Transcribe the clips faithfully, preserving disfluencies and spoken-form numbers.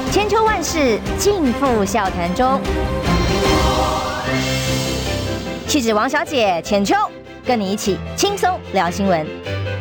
千秋万世尽付笑谈中。气质王小姐浅秋，跟你一起轻松聊新闻。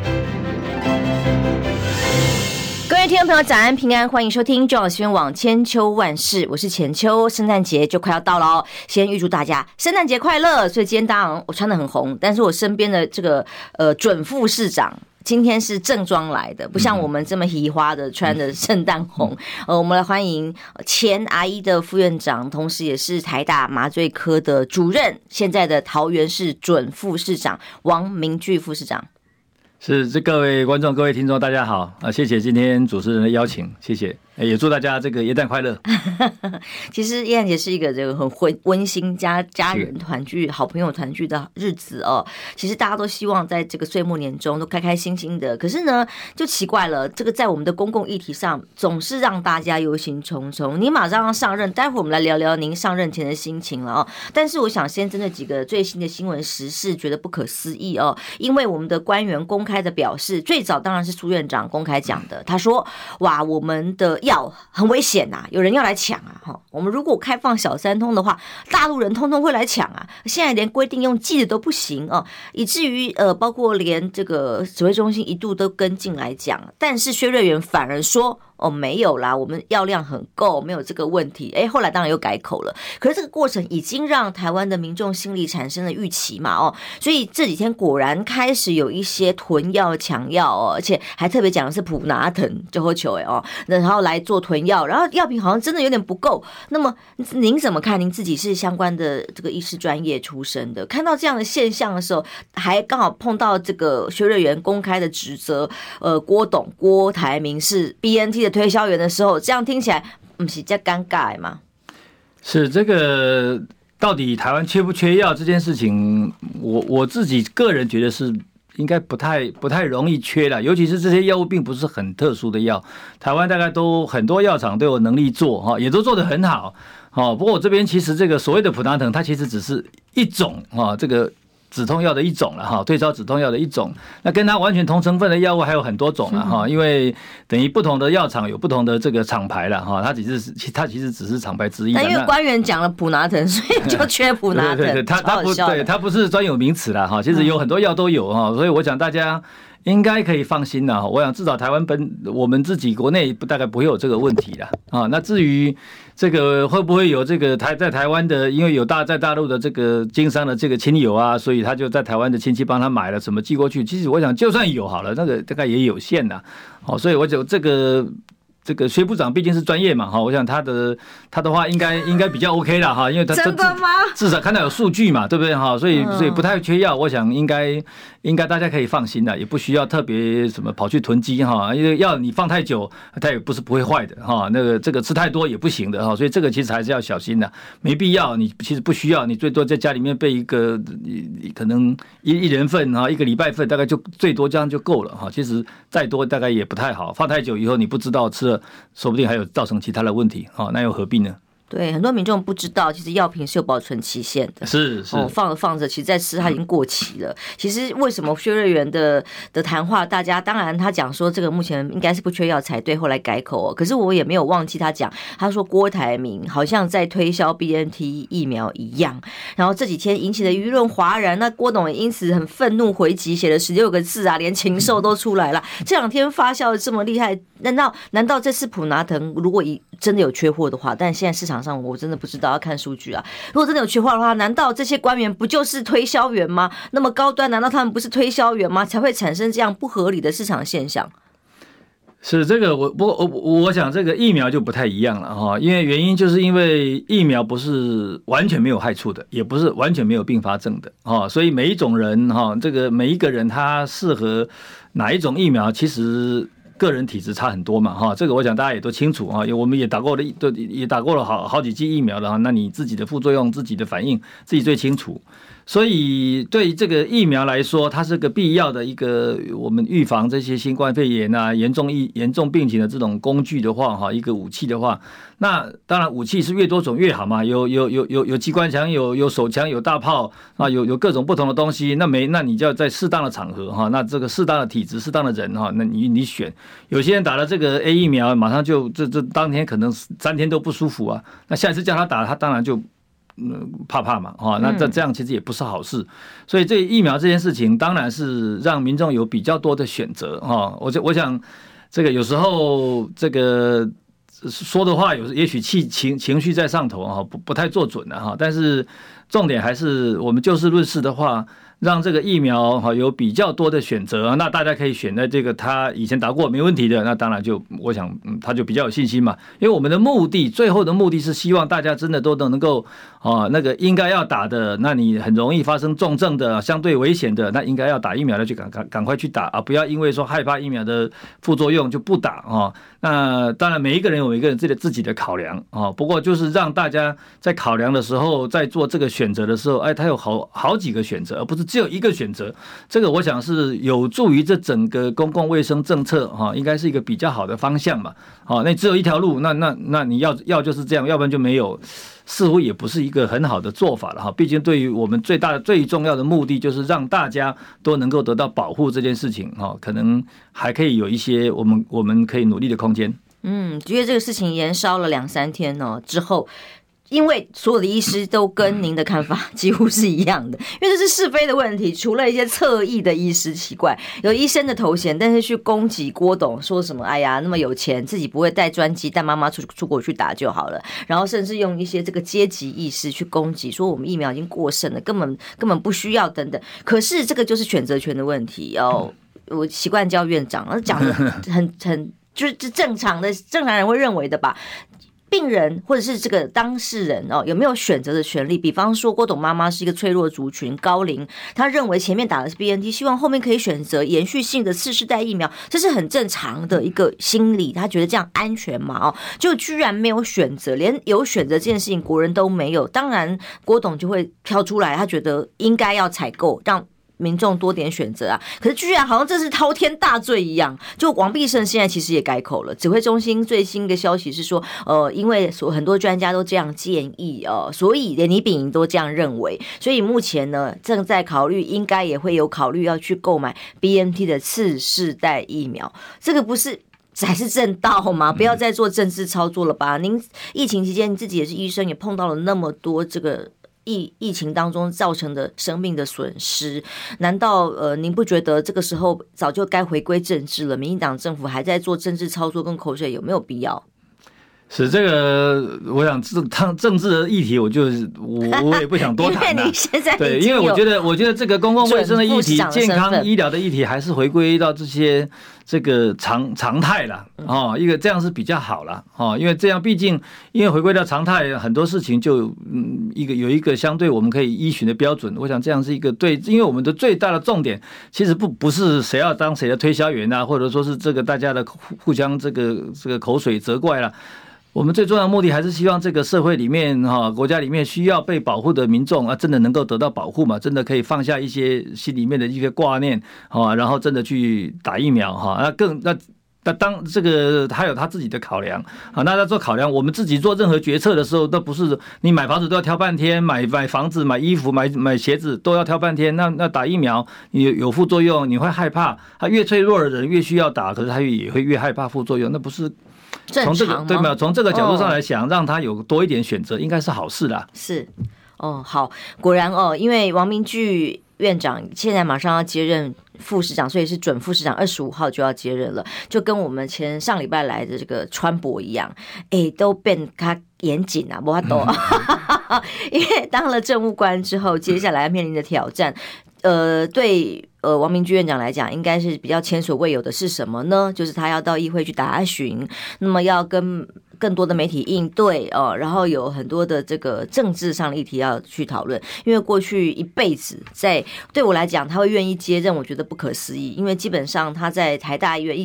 各位听众朋友，早安平安，欢迎收听中央新闻网千秋万世，我是浅秋。圣诞节就快要到了哦，先预祝大家圣诞节快乐。所以今天当然我穿得很红，但是我身边的这个呃准副市长今天是正装来的，不像我们这么移花的穿的圣诞红。呃，我们来欢迎前阿姨的副院长，同时也是台大麻醉科的主任，现在的桃园市准副市长王明炬副市长。 是，这各位观众、各位听众，大家好啊！谢谢今天主持人的邀请，谢谢，也祝大家这个元旦快乐。 其实耶诞节是一个这个很温温馨家家人团聚、好朋友团聚的日子哦。其实大家都希望在这个岁末年终都开开心心的，可是呢，就奇怪了，这个在我们的公共议题上总是让大家忧心忡忡。你马上要上任，待会我们来聊聊您上任前的心情了哦。但是我想先针对几个最新的新闻时事，觉得不可思议哦，因为我们的官员公开的表示，最早当然是苏院长公开讲的，他说：“哇，我们的药很危险呐、啊，有人要来抢啊！哈，我们如果开放小三通的话，大陆人通通会来抢啊！现在连规定用寄的都不行哦，以至于呃，包括连这个指挥中心一度都跟进来讲，但是薛瑞元反而说。”哦，没有啦，我们药量很够，没有这个问题。哎，后来当然又改口了。可是这个过程已经让台湾的民众心里产生了预期嘛，哦，所以这几天果然开始有一些囤药抢药哦，而且还特别讲的是普拿疼就喝球哎哦，然后来做囤药，然后药品好像真的有点不够。那么您怎么看？您自己是相关的这个医师专业出身的，看到这样的现象的时候，还刚好碰到这个薛瑞元公开的指责，呃，郭董郭台铭是 B N T 的推销员的时候，这样听起来不是比较尴尬吗？ 是这个，到底台湾缺不缺药这件事情，我我自己个人觉得是应该不太不太容易缺了，尤其是这些药物并不是很特殊的药，台湾大概都很多药厂都有能力做哈，也都做得很好。哦，不过我这边其实这个所谓的普拿疼，它其实只是一种啊，这个。止痛药的一种了哈，退烧止痛药的一种，那跟它完全同成分的药物还有很多种了哈，因为等于不同的药厂有不同的这个厂牌了哈，它只是它其实只是厂牌之一。 但因为官员讲了普拿疼，所以就缺普拿疼。 对对对，它它不对，它不是专有名词啦哈，其实有很多药都有哈，所以我想大家应该可以放心啦。我想至少台湾本我们自己国内大概不会有这个问题啦啊。那至于这个会不会有这个台在台湾的，因为有大在大陆的这个经商的这个亲友啊，所以他就在台湾的亲戚帮他买了什么寄过去。其实我想，就算有好了，那个大概也有限呐。好，所以我就这个。这个薛部长毕竟是专业嘛，哈，我想他的他的话应该应该比较 OK 啦，哈，因为他真的吗？ 至少看到有数据嘛，对不对哈？所以所以不太缺药，我想应该应该大家可以放心的，也不需要特别什么跑去囤积哈，因为药你放太久，它也不是不会坏的哈，那个这个吃太多也不行的哈，所以这个其实还是要小心的，没必要，你其实不需要，你最多在家里面备一个可能一一人份哈，一个礼拜份大概就最多这样就够了哈，其实再多大概也不太好，放太久以后你不知道吃了。说不定还有造成其他的问题，哦，那又何必呢？ 对，很多民众不知道，其实药品是有保存期限的。 是是， 哦，放着放着，其实在吃它已经过期了。其实为什么薛瑞元的的谈话，大家当然他讲说这个目前应该是不缺药才对，后来改口哦。可是我也没有忘记他讲，他说郭台铭好像在推销 B N T 疫苗一样。然后这几天引起的舆论哗然，那郭董也因此很愤怒回击，写了十六个字啊，连禽兽都出来了。这两天发酵的这么厉害，难道难道这次普拿疼如果真的有缺货的话，但现在市场上我真的不知道，要看数据啊。如果真的有缺货的话，难道这些官员不就是推销员吗？那么高端，难道他们不是推销员吗？才会产生这样不合理的市场现象。 是这个，我不我我想这个疫苗就不太一样了哈，因为原因就是因为疫苗不是完全没有害处的，也不是完全没有并发症的哈，所以每一种人哈，这个每一个人他适合哪一种疫苗，其实。个人体质差很多嘛，哈，这个我想大家也都清楚哈，因为我们也打过了，也打过了好好几剂疫苗了哈，那你自己的副作用、自己的反应，自己最清楚。 所以对于这个疫苗来说，它是个必要的一个我们预防这些新冠肺炎啊、严重疫严重病情的这种工具的话，哈，一个武器的话，那当然武器是越多种越好嘛，有有有有有机关枪，有有手枪，有大炮啊，有有各种不同的东西，那没那你就要在适当的场合哈，那这个适当的体质、适当的人哈，那你你选，有些人打了这个 A 疫苗，马上就这这当天可能三天都不舒服啊，那下一次叫他打，他当然就。嗯，怕怕嘛，哈，那这这样其实也不是好事，所以这疫苗这件事情，当然是让民众有比较多的选择，哈。我我想，这个有时候这个说的话，有也许气情情绪在上头，哈，不不太做准了，哈。但是重点还是我们就事论事的话。让这个疫苗哈有比较多的选择，那大家可以选的这个他以前打过没问题的，那当然就我想嗯他就比较有信心嘛。因为我们的目的最后的目的是希望大家真的都能够啊那个应该要打的，那你很容易发生重症的、相对危险的，那应该要打疫苗的就赶赶赶快去打啊，不要因为说害怕疫苗的副作用就不打啊。那当然每一个人有每一个人自己的自己的考量啊，不过就是让大家在考量的时候，在做这个选择的时候，哎，他有好好几个选择，而不是只有一个选择，这个我想是有助于这整个公共卫生政策哈，应该是一个比较好的方向嘛。好，那只有一条路，那那那你要要就是这样，要不然就没有，似乎也不是一个很好的做法了哈。毕竟对于我们最大的最重要的目的，就是让大家都能够得到保护这件事情哈，可能还可以有一些我们我们可以努力的空间。 嗯，觉得这个事情延烧了两三天呢之后。因为所有的医师都跟您的看法几乎是一样的，因为这是是非的问题，除了一些侧翼的医师奇怪，有医生的头衔，但是去攻击郭董，说什么哎呀那么有钱，自己不会带专机带妈妈出出国去打就好了，然后甚至用一些这个阶级意识去攻击，说我们疫苗已经过剩了，根本根本不需要等等。可是这个就是选择权的问题哦，我习惯叫院长，讲的很很就是正常的正常人会认为的吧。病人或者是这个当事人哦，有没有选择的权利？比方说，郭董妈妈是一个脆弱族群，高龄，她认为前面打的是 B N T， 希望后面可以选择延续性的次世代疫苗，这是很正常的一个心理，她觉得这样安全嘛哦，就居然没有选择，连有选择这件事情国人都没有，当然郭董就会飘出来，他觉得应该要采购，让民众多点选择啊！可是居然好像这是滔天大罪一样。就王必胜现在其实也改口了，指挥中心最新的消息是说，呃，因为所很多专家都这样建议呃，所以连李秉莹都这样认为，所以目前呢正在考虑，应该也会有考虑要去购买 B N T 的次世代疫苗。这个不是才是正道吗？不要再做政治操作了吧！您疫情期间你自己也是医生，也碰到了那么多这个。疫疫情当中造成的生命的损失，难道呃您不觉得这个时候早就该回归政治了？民进党政府还在做政治操作跟口水，有没有必要？ 是这个，我想政政治的议题，我就我我也不想多谈了、啊。 因为你现在对，因为我觉得我觉得这个公共卫生的议题、健康医疗的议题，还是回归到这些这个常常态了哦，一个这样是比较好了哦，因为这样毕竟因为回归到常态，很多事情就嗯一个有一个相对我们可以依循的标准。我想这样是一个对，因为我们的最大的重点其实不不是谁要当谁的推销员啊，或者说是这个大家的互相这个这个口水责怪啦。我们最重要的目的还是希望这个社会里面哈，国家里面需要被保护的民众啊，真的能够得到保护嘛？真的可以放下一些心里面的一些挂念啊，然后真的去打疫苗哈。那更那那当这个他有他自己的考量啊，那他做考量，我们自己做任何决策的时候，都不是你买房子都要挑半天，买买房子、买衣服、买买鞋子都要挑半天。那那打疫苗你有副作用，你会害怕，他越脆弱的人越需要打，可是他也会越害怕副作用，那不是。从这个对没有？从这个角度上来想，哦、让他有多一点选择，应该是好事啦。 是，哦，好，果然哦，因为王明炬院长现在马上要接任副市长，所以是准副市长，二十五号就要接任了，就跟我们前上礼拜来的这个川博一样，哎，都变他严谨啊，不法多，因为当了政务官之后，接下来要面临的挑战。呃，对，呃，王明炬院长来讲，应该是比较前所未有的是什么呢？就是他要到议会去答询，那么要跟更多的媒体应对哦，然后有很多的这个政治上的议题要去讨论。因为过去一辈子在对我来讲，他会愿意接任，我觉得不可思议，因为基本上他在台大医院已经是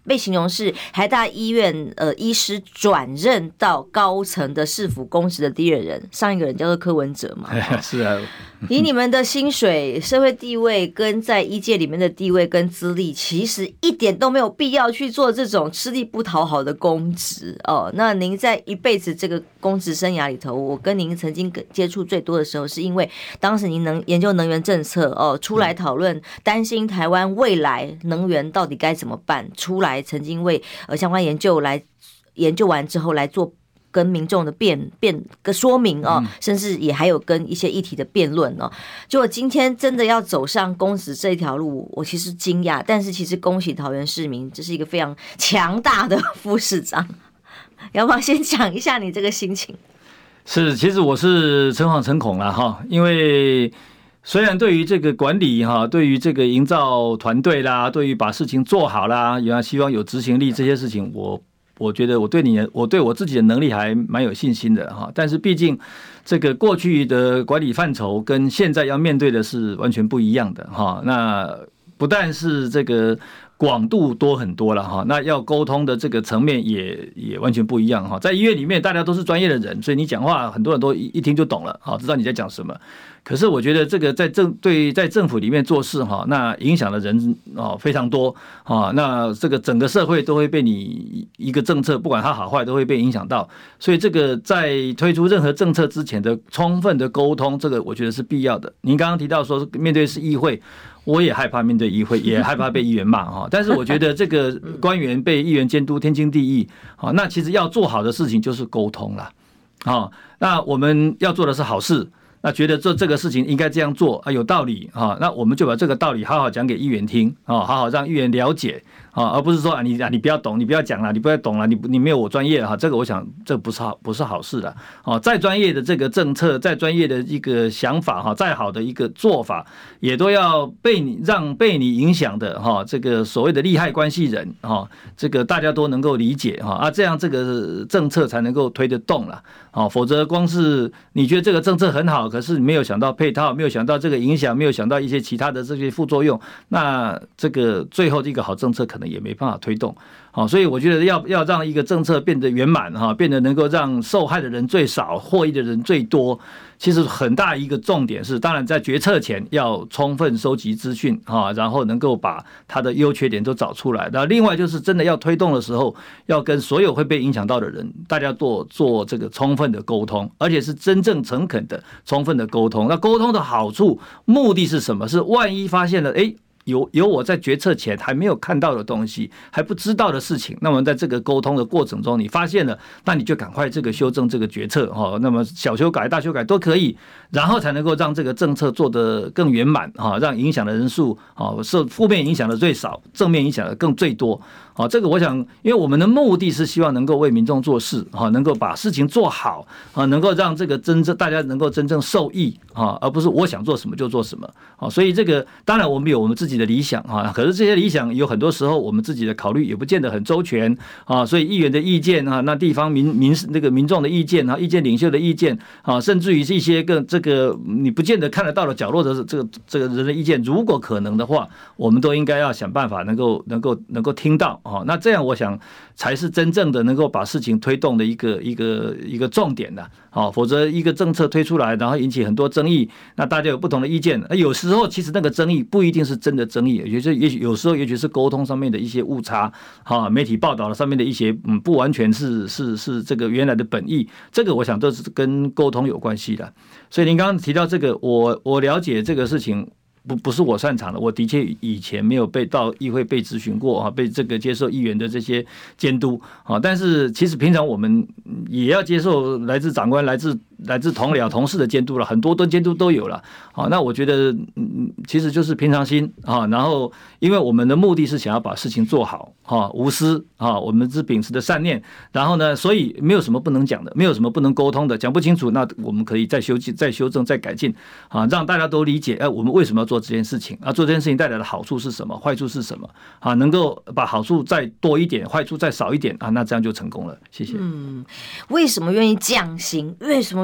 被形容是台大医院呃医师转任到高层的市府公职的第一人，上一个人叫做柯文哲嘛。 是啊， 以你们的薪水、社会地位跟在医界里面的地位跟资历，其实一点都没有必要去做这种吃力不讨好的公职哦。那您在一辈子这个公职生涯里头，我跟您曾经接触最多的时候，是因为当时您能研究能源政策哦，出来讨论，担心台湾未来能源到底该怎么办，出来曾经为呃相关研究来研究完之后来做。跟民众的辩辩个说明哦，甚至也还有跟一些议题的辩论哦。就我今天真的要走上公职这一条路，我其实惊讶，但是其实恭喜桃园市民，这是一个非常强大的副市长。要不要先讲一下你这个心情？ 是，其实我是诚惶诚恐啦哈，因为虽然对于这个管理哈，对于这个营造团队啦，对于把事情做好啦，也希望有执行力这些事情，我。我觉得我对你，我对我自己的能力还蛮有信心的哈。但是毕竟这个过去的管理范畴跟现在要面对的是完全不一样的哈。那不但是这个广度多很多了哈，那要沟通的这个层面也也完全不一样哈。在医院里面，大家都是专业的人，所以你讲话很多人都一听就懂了，好，知道你在讲什么。可是我觉得这个在政对在政府里面做事哈，那影响的人哦非常多啊，那这个整个社会都会被你一个政策，不管它好坏，都会被影响到。所以这个在推出任何政策之前的充分的沟通，这个我觉得是必要的。您刚刚提到说面对是议会。我也害怕面对议会，也害怕被议员骂哈。但是我觉得这个官员被议员监督天经地义。好，那其实要做好的事情就是沟通啦。好，那我们要做的是好事，那觉得做这个事情应该这样做啊，有道理哈。那我们就把这个道理好好讲给议员听啊，好好让议员了解啊，而不是说啊你啊你不要懂，你不要讲了，你不要懂了，你你没有我专业哈。这个我想这不是好不是好事的啊。再专业的这个政策，再专业的一个想法哈，再好的一个做法，也都要被你让被你影响的哈，这个所谓的利害关系人哈，这个大家都能够理解哈啊，这样这个政策才能够推得动了啊。否则光是你觉得这个政策很好，可是没有想到配套，没有想到这个影响，没有想到一些其他的这些副作用，那这个最后这个好政策可能也没办法推动。好，所以我觉得要要让一个政策变得圆满哈，变得能够让受害的人最少，获益的人最多。其实很大一个重点是，当然在决策前要充分收集资讯哈，然后能够把它的优缺点都找出来。那另外就是真的要推动的时候，要跟所有会被影响到的人，大家做做这个充分的沟通，而且是真正诚恳的充分的沟通。那沟通的好处、目的是什么？是万一发现了，哎。有有我在决策前还没有看到的东西，还不知道的事情，那么在这个沟通的过程中，你发现了，那你就赶快这个修正这个决策哈。那么小修改、大修改都可以，然后才能够让这个政策做得更圆满哈，让影响的人数啊，受负面影响的最少，正面影响的更最多。好，这个我想，因为我们的目的是希望能够为民众做事，哈，能够把事情做好，啊，能够让这个真正大家能够真正受益，啊，而不是我想做什么就做什么，啊，所以这个当然我们有我们自己的理想，啊，可是这些理想有很多时候我们自己的考虑也不见得很周全，啊，所以议员的意见啊，那地方民民那个民众的意见啊，意见领袖的意见啊，甚至于是一些更这个你不见得看得到的角落的这个这个人的意见，如果可能的话，我们都应该要想办法能够能够能够听到。哦，那这样我想才是真正的能够把事情推动的一个一个一个重点的。好，否则一个政策推出来，然后引起很多争议，那大家有不同的意见。有时候其实那个争议不一定是真的争议，也许也许有时候也许是沟通上面的一些误差，哈，媒体报道上面的一些嗯不完全是是是这个原来的本意，这个我想都是跟沟通有关系的。所以您刚刚提到这个，我我了解这个事情。不不是我擅长的，我的确以前没有被到议会被咨询过啊，被这个接受议员的这些监督啊，但是其实平常我们也要接受来自长官、来自来自同僚、同事的监督了，很多的监督都有了啊。那我觉得嗯，其实就是平常心啊，然后因为我们的目的是想要把事情做好啊，无私啊，我们是秉持的善念，然后呢，所以没有什么不能讲的，没有什么不能沟通的，讲不清楚，那我们可以再修进、再修正、再改进啊，让大家都理解，哎，我们为什么要做这件事情啊？做这件事情带来的好处是什么？坏处是什么？啊，能够把好处再多一点，坏处再少一点啊，那这样就成功了。谢谢。 嗯，为什么愿意降薪？为什么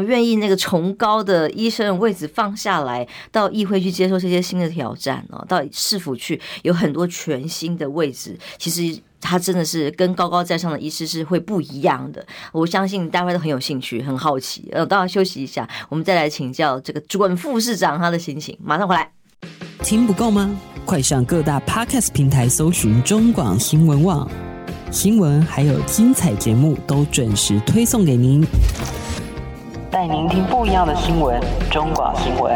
愿意那个崇高的医生的位置放下来，到议会去接受这些新的挑战哦，到市府去有很多全新的位置，其实他真的是跟高高在上的医师是会不一样的。我相信大家都很有兴趣，很好奇。呃，当然休息一下，我们再来请教这个准副市长他的心情。马上回来。 听不够吗？快上各大 Podcast 平台搜寻中广新闻网，新闻还有精彩节目都准时推送给您，带您听不一样的新闻。中广新闻。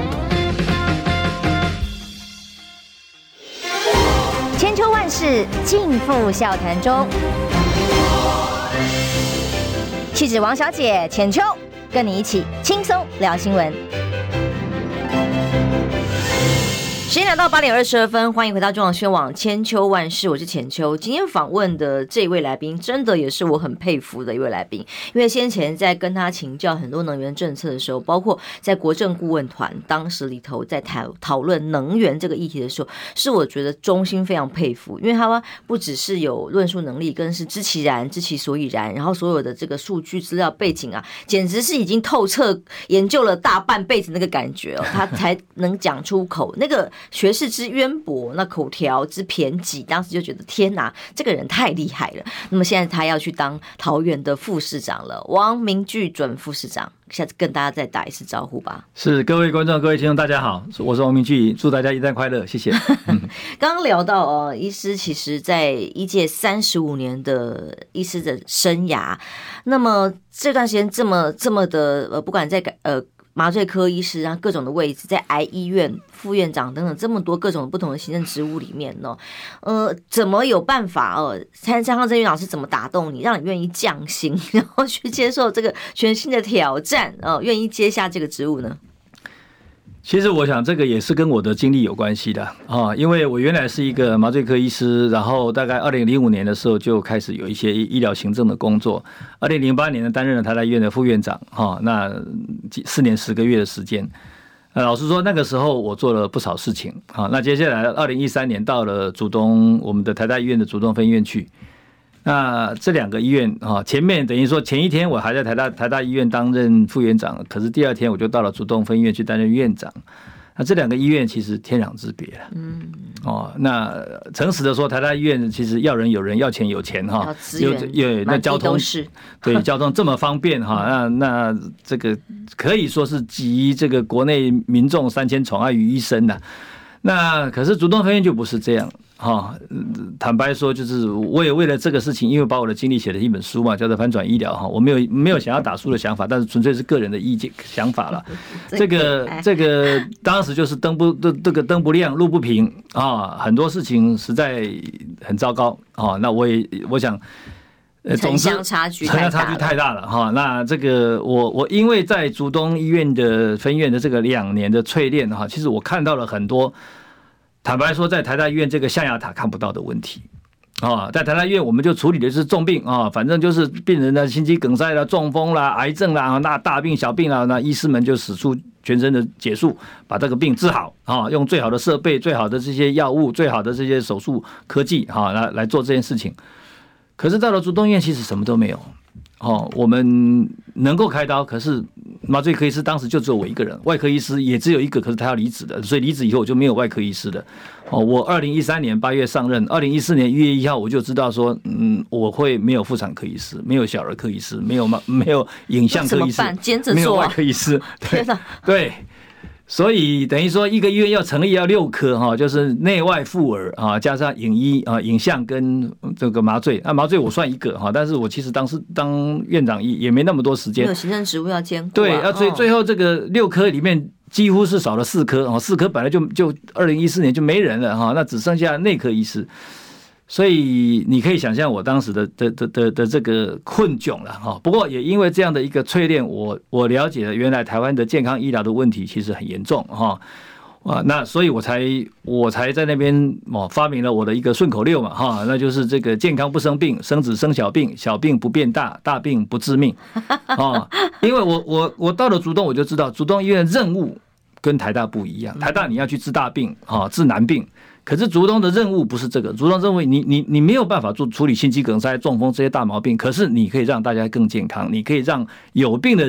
千秋万世尽付笑谈中。气质王小姐浅秋，跟你一起轻松聊新闻。 时间来到八点二十二分，欢迎回到中广新闻网千秋万世，我是浅秋。今天访问的这一位来宾，真的也是我很佩服的一位来宾，因为先前在跟他请教很多能源政策的时候，包括在国政顾问团当时里头在讨讨论能源这个议题的时候，是我觉得衷心非常佩服，因为他不只是有论述能力，更是知其然知其所以然，然后所有的这个数据资料背景啊，简直是已经透彻研究了大半辈子那个感觉哦，他才能讲出口那个。学识之渊博，那口条之骈稷，当时就觉得天哪，这个人太厉害了。那么现在他要去当桃园的副市长了，王明聚准副市长，下次跟大家再打一次招呼吧。 是，各位观众、各位听众，大家好，我是王明聚，祝大家元旦快乐，谢谢。嗯、 刚刚聊到哦，医师其实在医界三十五年的医师的生涯，那么这段时间这么这么的呃，不管在呃。麻醉科医师啊，各种的位置，在癌医院副院长等等这么多各种不同的行政职务里面呢，呃，怎么有办法哦？蔡张康正院长是怎么打动你，让你愿意降薪，然后去接受这个全新的挑战，呃，愿意接下这个职务呢？ 其实我想这个也是跟我的经历有关系的啊，因为我原来是一个麻醉科医师，然后大概二零零五年的时候就开始有一些医疗行政的工作，二零零八年呢担任了台大医院的副院长哈，那四年十个月的时间，老实说那个时候我做了不少事情啊。那接下来二零一三年到了竹东我们的台大医院的竹东分院去。那这两个医院啊，前面等于说前一天我还在台大台大医院担任副院长，可是第二天我就到了竹东分院去担任院长。那这两个医院其实天壤之别了。嗯。哦，那诚实的说，台大医院其实要人有人，要钱有钱哈， 有有那交通对交通这么方便哈，那那这个可以说是集这个国内民众三千宠爱于一身的。那可是竹东分院就不是这样。哈，坦白说，就是我也为了这个事情，因为把我的经历写了一本书嘛，叫做《反转医疗》哈，我没有没有想要打书的想法，但是纯粹是个人的意见想法了。这个这个当时就是灯不这这个灯不亮路不平啊，很多事情实在很糟糕啊。那我也我想， 呃，城乡差距城乡差距太大了哈。那这个我我因为在竹东医院的分院的这个两年的淬炼哈，其实我看到了很多。坦白说，在台大医院这个象牙塔看不到的问题啊，在台大医院我们就处理的是重病啊，反正就是病人的心肌梗塞啦、中风啦、癌症啦，那大病小病啦，那医师们就使出全身的解数，把这个病治好啊，用最好的设备、最好的这些药物、最好的这些手术科技啊，来来做这件事情。可是到了竹东医院，其实什么都没有。哦，我们能够开刀，可是麻醉科医师当时就只有我一个人，外科医师也只有一个，可是他要离职的，所以离职以后我就没有外科医师的。哦，我二零一三年八月上任，二零一四年一月一号我就知道说，嗯，我会没有妇产科医师，没有小儿科医师，没有没有影像科医师，没有外科医师，对对。所以等于说一个医院要成立要六科哈，就是内外妇儿啊，加上影医啊、影像跟这个麻醉。那麻醉我算一个哈，但是我其实当时当院长也也没那么多时间， 没有行政职务要兼顾。 对，要最最后这个六科里面几乎是少了四科啊，四科本来就就二零一四年就没人了哈，那只剩下内科医师。所以你可以想象我当时的的的的的这个困窘了哈。不过也因为这样的一个淬炼，我我了解了原来台湾的健康医疗的问题其实很严重哈。啊，那所以我才我才在那边哦发明了我的一个顺口溜嘛哈，那就是这个健康不生病，生子生小病，小病不变大，大病不致命啊。因为我我我到了竹东，我就知道竹东医院的任务跟台大不一样，台大你要去治大病啊，治难病。可是竹东的任务不是这个，竹东任务你你你没有办法做处理心肌梗塞、中风这些大毛病，可是你可以让大家更健康，你可以让有病的人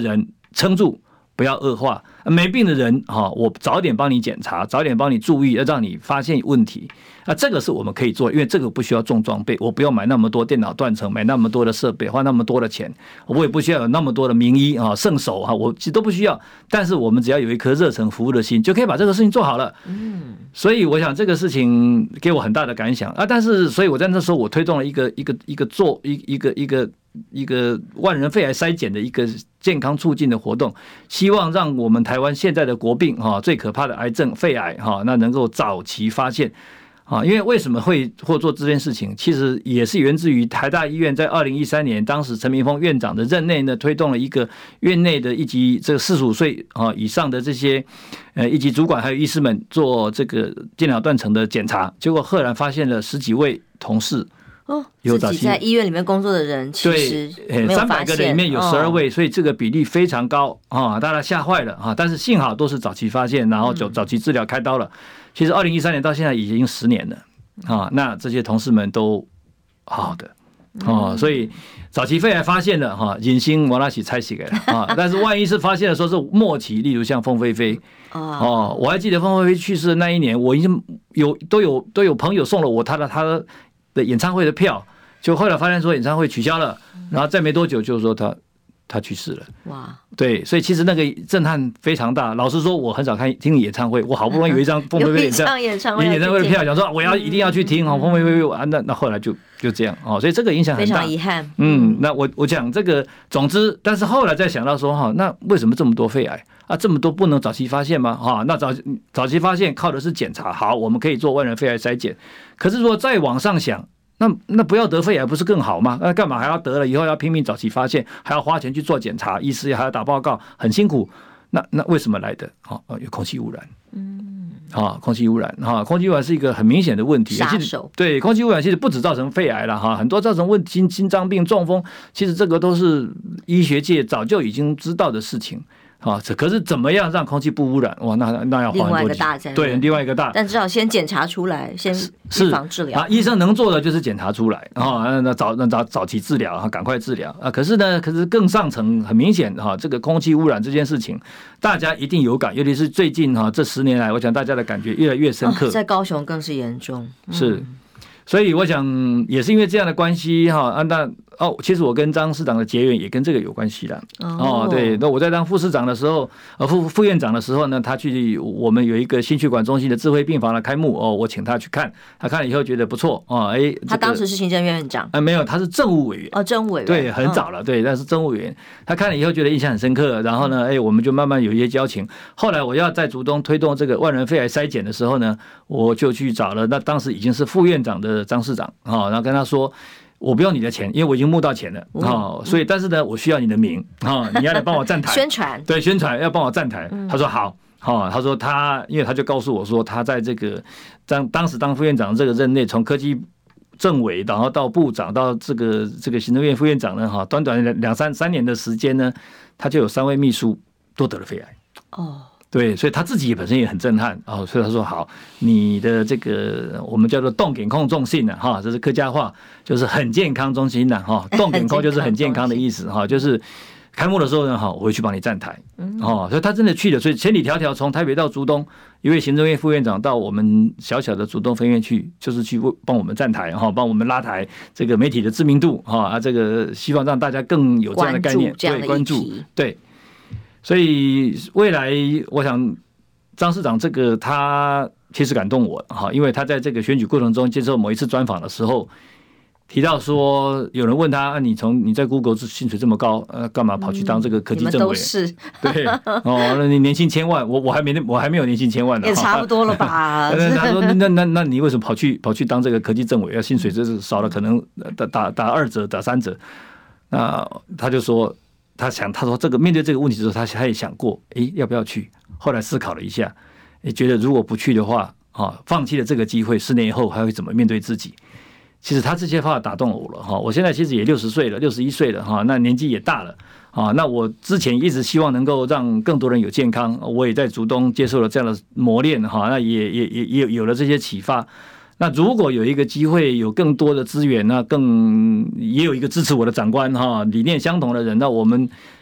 撑住。不要恶化，没病的人哈，我早点帮你检查，早点帮你注意，要让你发现问题。啊，这个是我们可以做，因为这个不需要重装备，我不用买那么多电脑断层，买那么多的设备，花那么多的钱，我也不需要有那么多的名医啊、圣手啊，我其实都不需要。但是我们只要有一颗热诚服务的心，就可以把这个事情做好了。嗯，所以我想这个事情给我很大的感想啊。但是，所以我在那时候我推动了一个一个一个做一一个一个。一个万人肺癌筛检的一个健康促进的活动，希望让我们台湾现在的国病哈，最可怕的癌症肺癌哈，那能够早期发现啊。因为为什么会或做这件事情，其实也是源自于台大医院在二零一三年，当时陈明峰院长的任内呢，推动了一个院内的一级这个四十五岁啊以上的这些呃一级主管还有医师们做这个电脑断层的检查，结果赫然发现了十几位同事。 哦，自己在医院里面工作的人，其实没有发现， 三百个人里面有十二位，所以这个比例非常高啊，大家吓坏了啊！但是幸好都是早期发现，然后早早期治疗开刀了。其实二零一三年到现在已经十年了啊，那这些同事们都好好的哦，所以早期肺癌发现了哈，隐形我那起拆洗给了啊，但是万一是发现的时候是末期，例如像凤飞飞哦，我还记得凤飞飞去世的那一年，我已经有都有都有朋友送了我他的他的。的演唱会的票，就后来发现说演唱会取消了，然后再没多久就说他他去世了。哇，对，所以其实那个震撼非常大。老实说，我很少看听演唱会，我好不容易有一张凤飞飞演唱演唱会演唱会的票，想说我要一定要去听哦，凤飞飞啊，那那后来就就这样哦，所以这个影响很大， 非常遗憾。 嗯，那我我讲这个，总之，但是后来再想到说哈，那为什么这么多肺癌啊？这么多不能早期发现吗？哈，那早早期发现靠的是检查，好，我们可以做万人肺癌筛检。可是如果再往上想，那那不要得肺癌不是更好吗？那干嘛还要得了以后要拼命早期发现，还要花钱去做检查，医师还要打报告，很辛苦。那那为什么来的？哦，有空气污染。嗯，啊，空气污染哈，空气污染是一个很明显的问题。 杀手。 对，空气污染其实不只造成肺癌了哈，很多造成问心心脏病、中风，其实这个都是医学界早就已经知道的事情。啊，可是怎么样让空气不污染？哇，那那要花很多钱。 另外一个大战， 对，另外一个大， 但至少先检查出来，先预防治疗。 啊，医生能做的就是检查出来啊，那早那早早期治疗啊，赶快治疗啊。可是呢，可是更上层很明显哈，这个空气污染这件事情，大家一定有感，尤其是最近哈这十年来，我想大家的感觉越来越深刻。 哦、在高雄更是严重， 嗯、是。所以我想也是因为这样的关系哈，啊那哦，其实我跟张市长的结缘也跟这个有关系的哦。对，那我在当副市长的时候，呃副副院长的时候呢，他去我们有一个心血管中心的智慧病房的开幕哦，我请他去看，他看了以后觉得不错哦，哎、这个， 他当时是行政院院长， 啊、呃、没有，他是政务委员哦，政务委员对，很早了，对，但是政务委员，他看了以后觉得印象很深刻，然后呢，哎，我们就慢慢有一些交情。后来我要在竹东推动这个万人肺癌筛检的时候呢，我就去找了，那当时已经是副院长的张市长。哦，然后跟他说，我不要你的钱，因为我已经募到钱了，哦，所以但是呢，我需要你的名，哦，你要来帮我站台宣传， 对，宣传要帮我站台。他说好，哦，他说他，因为他就告诉我说，他在这个当当时当副院长这个任内，从科技政委，然后到部长，到这个这个行政院副院长呢，哈，短短两两三三年的时间呢，他就有三位秘书都得了肺癌。哦。对，所以他自己本身也很震撼哦，所以他说好，你的这个我们叫做动检控中心呢，哈，这是客家话，就是很健康中心呢，哈，动检控就是很健康的意思哈，就是开幕的时候呢，哈，我会去帮你站台，哦，所以他真的去了，所以千里迢迢从台北到竹东，一位行政院副院长到我们小小的竹东分院去，就是去帮我们站台，哈，帮我们拉抬这个媒体的知名度，哈啊，这个希望让大家更有这样的概念，对，关注，对。所以未来，我想张市长这个他其实感动我哈，因为他在这个选举过程中接受某一次专访的时候，提到说有人问他，啊、你从你在 Google 薪水这么高，呃，干嘛跑去当这个科技政委？嗯、 都是对哦，那你年薪千万，我我还没我还没有年薪千万呢， 也差不多了吧？ 他说那那那你为什么跑去跑去当这个科技政委？要薪水这是少了可能打打打二折打三折，那他就说。他想，他说这个面对这个问题的时候，他他也想过，哎，要不要去？后来思考了一下，也觉得如果不去的话，啊，放弃了这个机会，十年以后还会怎么面对自己？其实他这些话打动我了哈。我现在其实也六十岁了，六十一岁了哈，那年纪也大了啊。那我之前一直希望能够让更多人有健康，我也在竹东接受了这样的磨练哈，那也也也也有了这些启发。那如果有一个机会，有更多的资源，那更也有一个支持我的长官哈，理念相同的人，那我们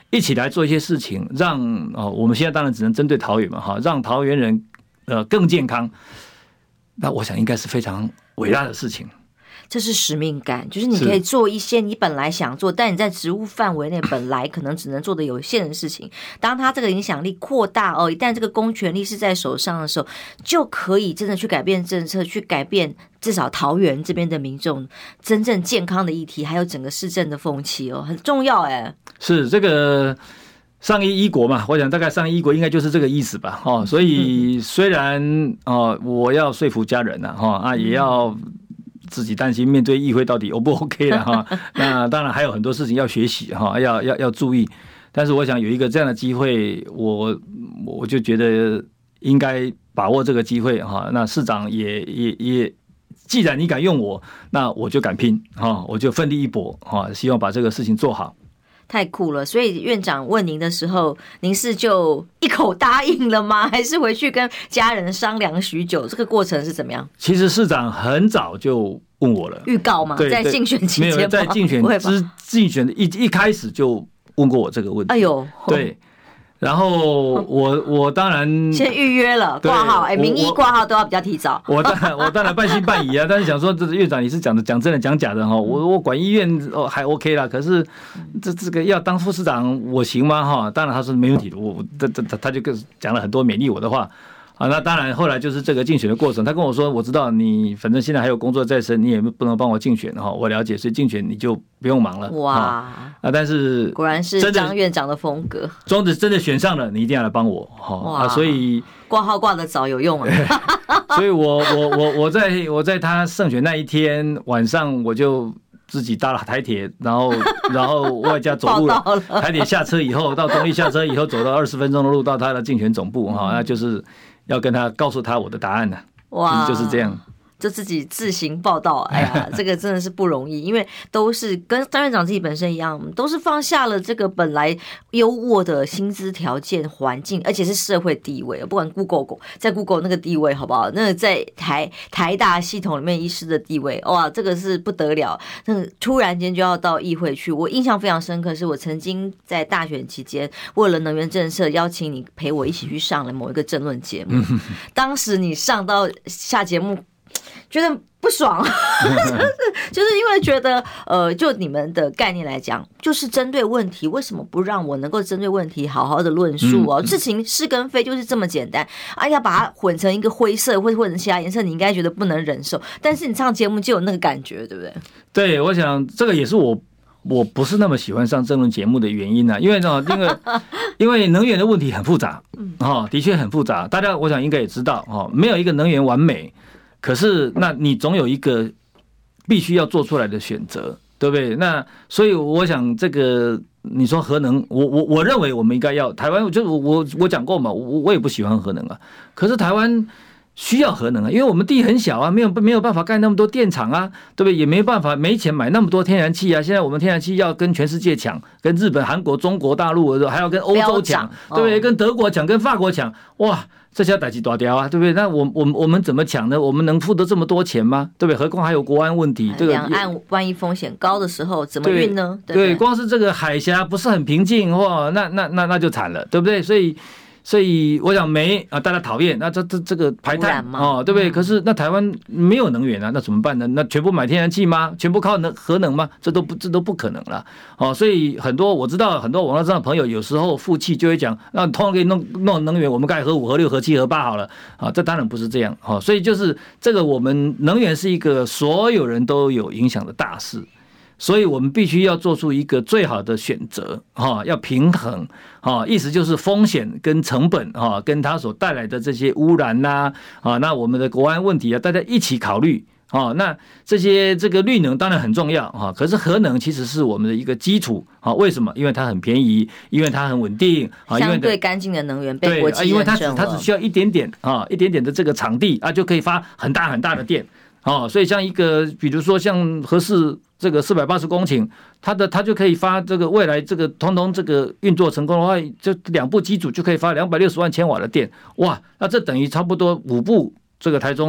一起来做一些事情，让哦，我们现在当然只能针对桃园嘛，哈，让桃园人呃更健康，那我想应该是非常伟大的事情。 这是使命感，就是你可以做一些你本来想做，但你在职务范围内本来可能只能做的有限的事情。当它这个影响力扩大哦，一旦这个公权力是在手上的时候，就可以真的去改变政策，去改变至少桃园这边的民众真正健康的议题，还有整个市政的风气哦，很重要哎。 是这个。上医医国嘛，我想大概上医国应该就是这个意思吧，哈。所以虽然哦，我要说服家人呐，哈啊，也要自己担心面对议会到底 O 不 OK 了哈。那当然还有很多事情要学习哈，要要要注意。但是我想有一个这样的机会，我我就觉得应该把握这个机会哈。那市长也也也，既然你敢用我，那我就敢拼哈，我就奋力一搏哈，希望把这个事情做好。 太酷了！所以院长问您的时候，您是就一口答应了吗？还是回去跟家人商量许久？这个过程是怎么样？ 其实市长很早就问我了， 预告吗？在竞选期间吗？ 没有，在竞选之竞选的一一开始就问过我这个问题。 哎呦， 对。然后我我当然先预约了挂号，哎，名医挂号都要比较提早。 我当然我当然半信半疑啊，但是想说，这院长你是讲的讲真的讲假的哈？我我管医院哦还 OK 啦，可是这这个要当副市长我行吗哈？当然他说没问题的，我这这他就讲了很多勉励我的话。啊，那当然，后来就是这个竞选的过程。他跟我说：“我知道你，反正现在还有工作在身，你也不能帮我竞选哈。我了解，所以竞选你就不用忙了。”哇！啊，但是果然是张院长的风格。 庄子真的选上了，你一定要来帮我哈啊！所以挂号挂得早有用啊。 所以我我我我在我在他胜选那一天晚上，我就自己搭了台铁，然后然后外加走路了。台铁下车以后，到中立下车以后，走到二十分钟的路到他的竞选总部哈，那就是。要跟他告诉他我的答案呢，哇，就是这样， 就自己自行报道。哎呀，这个真的是不容易，因为都是跟张院长自己本身一样，都是放下了这个本来优渥的薪资条件、环境，而且是社会地位。不管 Google 在 Google 那个地位好不好？那个在台台大系统里面医师的地位，哇，这个是不得了。那个突然间就要到议会去，我印象非常深刻，是我曾经在大选期间为了能源政策邀请你陪我一起去上了某一个政论节目，当时你上到下节目。觉得不爽，就是因为觉得，呃，就你们的概念来讲，就是针对问题，为什么不让我能够针对问题好好的论述哦？事情是跟非就是这么简单，啊，要把它混成一个灰色或者混成其他颜色，你应该觉得不能忍受，但是你上节目就有那个感觉，对不对？ 对，我想这个也是我。我不是那么喜欢上政论节目的原因呢，因为呢，因为因为能源的问题很复杂，哦，的确很复杂。大家我想应该也知道，哦，没有一个能源完美，可是那你总有一个必须要做出来的选择，对不对？那所以我想这个你说核能，我我我认为我们应该要台湾，就我我我讲过嘛，我我也不喜欢核能啊，可是台湾。需要核能啊，因为我们地很小啊，没有没有办法盖那么多电厂啊，对不对？也没办法，没钱买那么多天然气啊。现在我们天然气要跟全世界抢，跟日本、韩国、中国大陆，还要跟欧洲抢，对不对？跟德国抢，跟法国抢，哇，这下代志大条啊，对不对？那我我我们怎么抢呢？我们能付得这么多钱吗？对不对？何况还有国安问题，这个两岸万一风险高的时候怎么运呢？ 对，对，光是这个海峡不是很平静，哇，那那那那就惨了，对不对？所以。所以我想煤啊，大家讨厌，那这这这个排碳哦，对不对？可是那台湾没有能源啊，那怎么办呢？那全部买天然气吗？全部靠能核能吗？这都不这都不可能了哦。所以很多我知道很多网络上的朋友有时候负气就会讲，那通常可以弄弄能源，我们盖核五、核六、核七、核八好了啊。这当然不是这样哦。所以就是这个，我们能源是一个所有人都有影响的大事。所以我们必须要做出一个最好的选择，哈，要平衡，哈，意思就是风险跟成本，哈，跟它所带来的这些污染呐，啊，那我们的国安问题啊，大家一起考虑，啊，那这些这个绿能当然很重要，哈，可是核能其实是我们的一个基础，啊，为什么？因为它很便宜，因为它很稳定，啊， 相对干净的能源被国际认证了， 因为它只它只需要一点点啊，一点点的这个场地啊，就可以发很大很大的电。哦，所以像一个，比如说像核四这个四百八十公顷，它的它就可以发这个未来这个通通这个运作成功的话，就两部机组就可以发两百六十万千瓦的电，哇，那这等于差不多五部这个台中的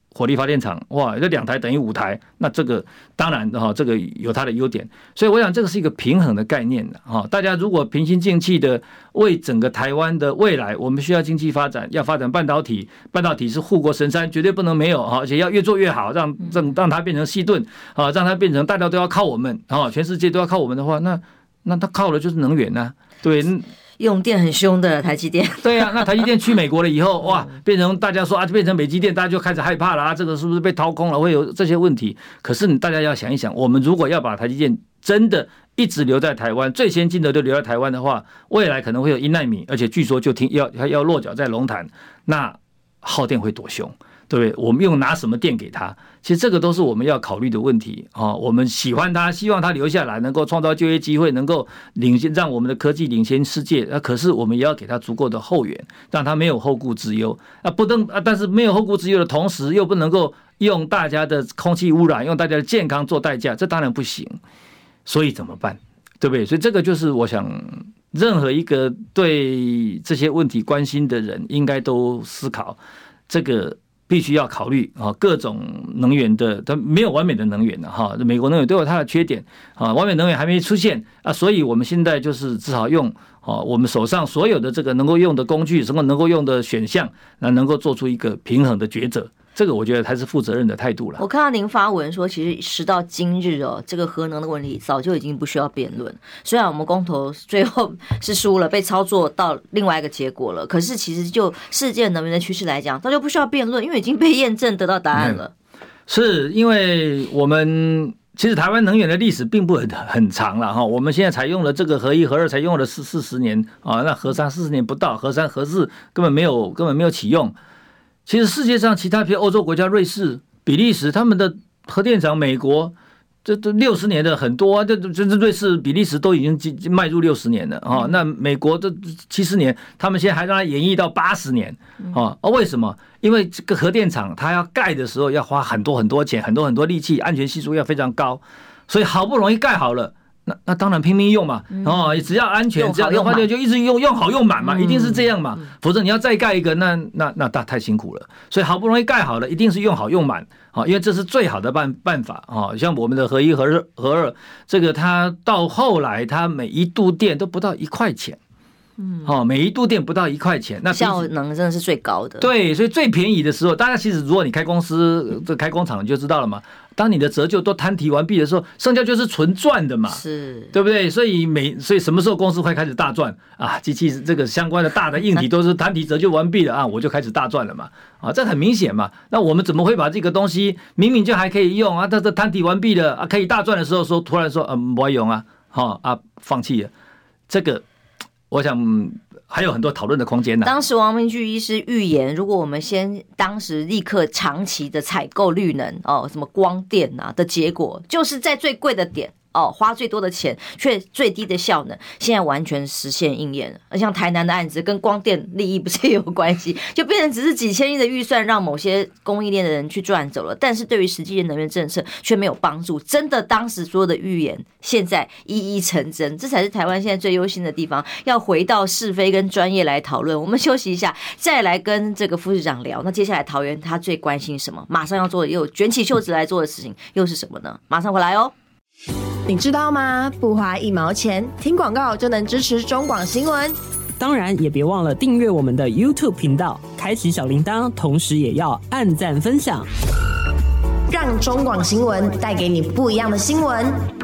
火力发电厂，哇，这两台等于五台，那这个当然哈、哦，这个有它的优点，所以我想这个是一个平衡的概念的哈、哦。大家如果平心静气的为整个台湾的未来，我们需要经济发展，要发展半导体，半导体是护国神山，绝对不能没有哈，而且要越做越好，让让让它变成细盾啊，让它变成大家都要靠我们啊，全世界都要靠我们的话，那那它靠的就是能源呐、啊，对。 用电很凶的台积电， 对啊，那台积电去美国了以后，哇，变成大家说啊，变成美积电，大家就开始害怕了啊，这个是不是被掏空了，会有这些问题？可是大家要想一想，我们如果要把台积电真的一直留在台湾，最先进的都留在台湾的话，未来可能会有一奈米，而且据说就听要要落脚在龙潭，那耗电会多凶？对不对？我们用拿什么电给他？其实这个都是我们要考虑的问题啊。我们喜欢他，希望他留下来，能够创造就业机会，能够领先，让我们的科技领先世界。可是我们也要给他足够的后援，让他没有后顾之忧啊。不能啊，但是没有后顾之忧的同时，又不能够用大家的空气污染、用大家的健康做代价，这当然不行。所以怎么办？对不对？所以这个就是我想，任何一个对这些问题关心的人，应该都思考这个。必须要考虑啊，各种能源的，它没有完美的能源的哈。美国能源都有它的缺点啊，完美能源还没出现啊，所以我们现在就是只好用啊，我们手上所有的这个能够用的工具，什么能够用的选项，那能够做出一个平衡的抉择。这个我觉得才是负责任的态度了。 我看到您发文说，其实时到今日哦，这个核能的问题早就已经不需要辩论。虽然我们公投最后是输了，被操作到另外一个结果了，可是其实就世界能源的趋势来讲，它就不需要辩论，因为已经被验证得到答案了。 嗯、是因为我们其实台湾能源的历史并不很很长了哈，我们现在采用了这个核一核二才用了四四十年啊，那核三四十年不到，核三核四根本没有根本没有启用。其实世界上其他，比如欧洲国家，瑞士、比利时，他们的核电厂，美国这这六十年的很多啊，这这瑞士、比利时都已经迈入六十年了啊。那美国这七十年，他们现在还让它延役到八十年啊。啊，为什么？因为这个核电厂它要盖的时候要花很多很多钱，很多很多力气，安全系数要非常高，所以好不容易盖好了。那那当然拼命用嘛，哦，只要安全，只要用就一直用用好用满嘛，一定是这样嘛，否则你要再盖一个，那那那大太辛苦了。所以好不容易盖好了，一定是用好用满，啊，因为这是最好的办办法啊。像我们的核一、核二、核二，这个它到后来，它每一度电都不到一块钱。嗯，哦，每一度电不到一块钱，那效能真的是最高的。 对，所以最便宜的时候，大家其实如果你开公司、这开工厂，你就知道了嘛。当你的折旧都摊提完毕的时候，剩下就是纯赚的嘛， 是， 对不对？所以每所以什么时候公司会开始大赚啊？机器这个相关的大的硬体都是摊提折旧完毕了啊，我就开始大赚了嘛。啊，这很明显嘛。那我们怎么会把这个东西明明就还可以用啊？但是摊提完毕了啊，可以大赚的时候说突然说嗯不会用啊，哈啊放弃了，这个。我想还有很多讨论的空间呢、啊。 当时王明炬医师预言，如果我们先当时立刻长期的采购绿能哦，什么光电啊的结果，就是在最贵的点。哦，花最多的钱却最低的效能，现在完全实现应验了。而像台南的案子跟光电利益不是也有关系，就变成只是几千亿的预算让某些供应链的人去赚走了，但是对于实际的能源政策却没有帮助。真的，当时所有的预言现在一一成真，这才是台湾现在最忧心的地方。要回到是非跟专业来讨论。我们休息一下，再来跟这个副市长聊。那接下来桃园他最关心什么？马上要做的又卷起袖子来做的事情又是什么呢？马上回来哦。 你知道吗？不花一毛钱，听广告就能支持中广新闻。 当然，也别忘了订阅我们的 YouTube 频道，开启小铃铛，同时也要按赞分享， 让中广新闻带给你不一样的新闻。